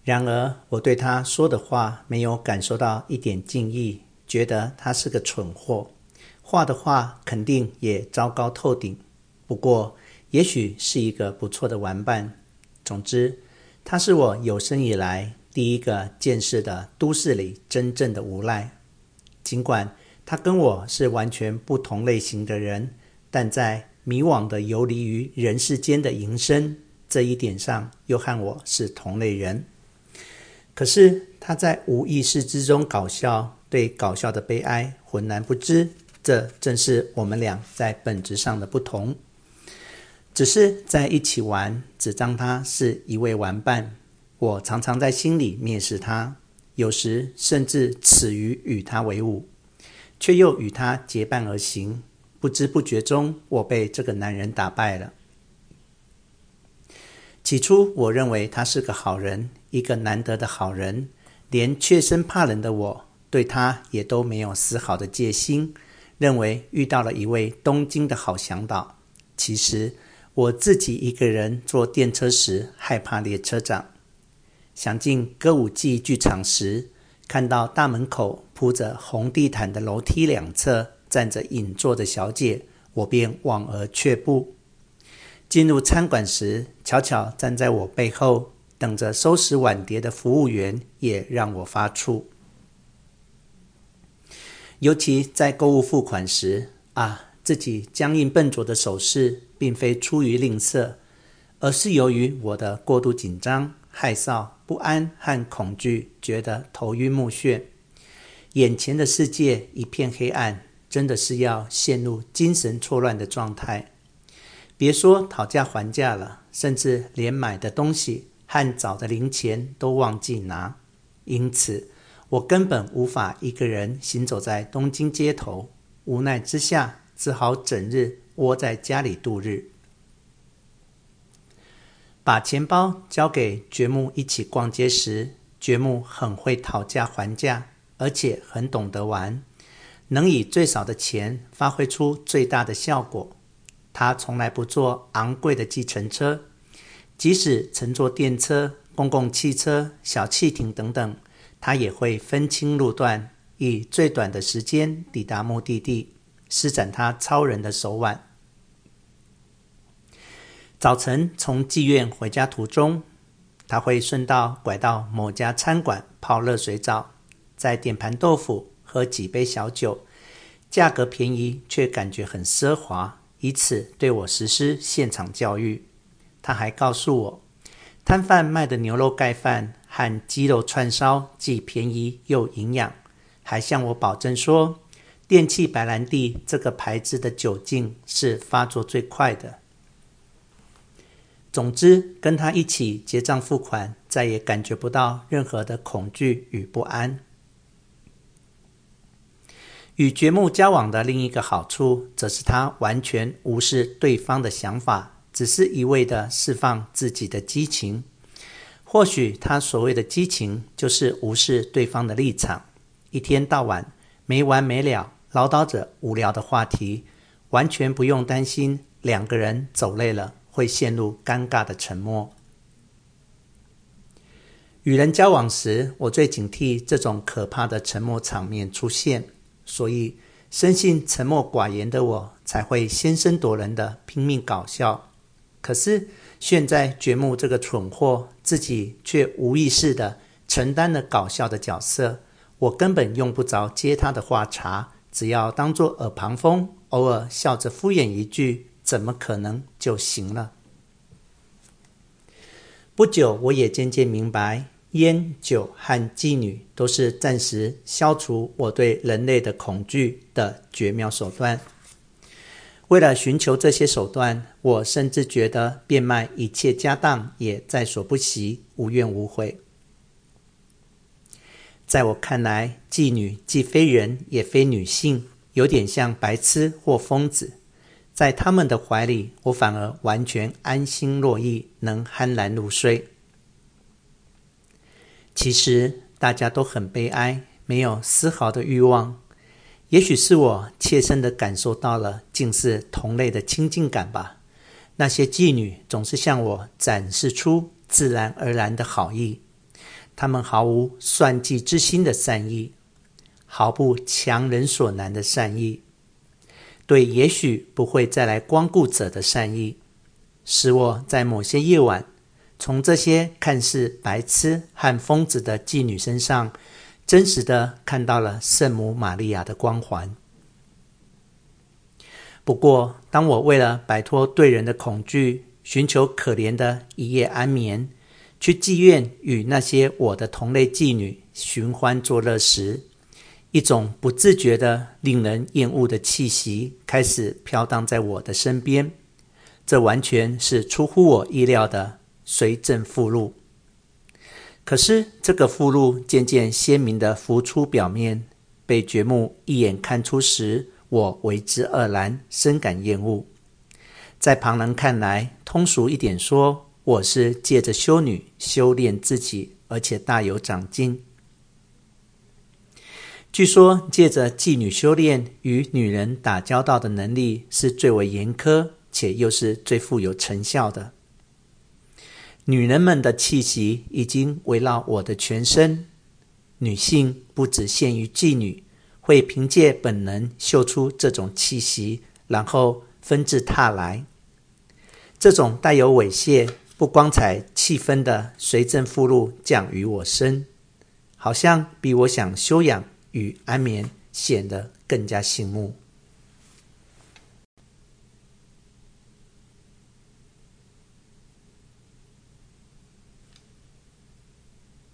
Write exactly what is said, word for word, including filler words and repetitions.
然而我对他说的话没有感受到一点敬意，觉得他是个蠢货，画的画肯定也糟糕透顶，不过也许是一个不错的玩伴。总之，他是我有生以来第一个见识的都市里真正的无赖。尽管他跟我是完全不同类型的人，但在迷惘的游离于人世间的营生这一点上又和我是同类人。可是他在无意识之中搞笑，对搞笑的悲哀浑然不知，这正是我们俩在本质上的不同。只是在一起玩，只当他是一位玩伴，我常常在心里蔑视他，有时甚至耻于与他为伍，却又与他结伴而行。不知不觉中，我被这个男人打败了。起初我认为他是个好人，一个难得的好人，连怯生怕人的我对他也都没有丝毫的戒心，认为遇到了一位东京的好向导。其实我自己一个人坐电车时害怕列车长，想进歌舞伎剧场时，看到大门口铺着红地毯的楼梯两侧站着引座的小姐，我便望而却步。进入餐馆时，巧巧站在我背后等着收拾碗碟的服务员也让我发怵。尤其在购物付款时啊，自己僵硬笨拙的手势并非出于吝啬，而是由于我的过度紧张、害臊、不安和恐惧，觉得头晕目眩，眼前的世界一片黑暗，真的是要陷入精神错乱的状态。别说讨价还价了，甚至连买的东西和找的零钱都忘记拿。因此我根本无法一个人行走在东京街头，无奈之下只好整日窝在家里度日。把钱包交给觉木一起逛街时，觉木很会讨价还价，而且很懂得玩，能以最少的钱发挥出最大的效果。他从来不坐昂贵的计程车，即使乘坐电车、公共汽车、小汽艇等等，他也会分清路段，以最短的时间抵达目的地，施展他超人的手腕。早晨从妓院回家途中，他会顺道拐到某家餐馆泡热水澡，再点盘豆腐，喝几杯小酒，价格便宜却感觉很奢华，以此对我实施现场教育。他还告诉我，摊贩卖的牛肉盖饭和鸡肉串烧既便宜又营养，还向我保证说，电气白兰地这个牌子的酒劲是发作最快的。总之，跟他一起结账付款，再也感觉不到任何的恐惧与不安。与觉木交往的另一个好处，则是他完全无视对方的想法，只是一味地释放自己的激情。或许他所谓的激情，就是无视对方的立场，一天到晚没完没了唠叨着无聊的话题，完全不用担心两个人走累了会陷入尴尬的沉默。与人交往时，我最警惕这种可怕的沉默场面出现，所以生性沉默寡言的我才会先声夺人的拼命搞笑。可是现在觉木这个蠢货自己却无意识地承担了搞笑的角色，我根本用不着接他的话茬，只要当作耳旁风，偶尔笑着敷衍一句怎么可能就行了。不久我也渐渐明白，烟、酒和妓女都是暂时消除我对人类的恐惧的绝妙手段。为了寻求这些手段，我甚至觉得变卖一切家当也在所不惜，无怨无悔。在我看来，妓女既非人也非女性，有点像白痴或疯子。在他们的怀里，我反而完全安心乐意，能酣然入睡。其实大家都很悲哀，没有丝毫的欲望。也许是我切身地感受到了竟是同类的亲近感吧。那些妓女总是向我展示出自然而然的好意， 他们毫无算计之心的善意，毫不强人所难的善意，对也许不会再来光顾者的善意，使我在某些夜晚从这些看似白痴和疯子的妓女身上真实的看到了圣母玛利亚的光环。不过当我为了摆脱对人的恐惧，寻求可怜的一夜安眠，去妓院与那些我的同类妓女寻欢作乐时，一种不自觉的令人厌恶的气息开始飘荡在我的身边，这完全是出乎我意料的随症附录。可是这个附录渐渐鲜明地浮出表面，被掘目一眼看出时，我为之愕然，深感厌恶。在旁人看来，通俗一点说，我是借着修女修炼自己，而且大有长进。据说借着妓女修炼与女人打交道的能力是最为严苛，且又是最富有成效的。女人们的气息已经围绕我的全身，女性不只限于妓女，会凭借本能嗅出这种气息，然后纷至沓来。这种带有猥亵、不光彩气氛的随症附录降于我身，好像比我想休养与安眠显得更加醒目。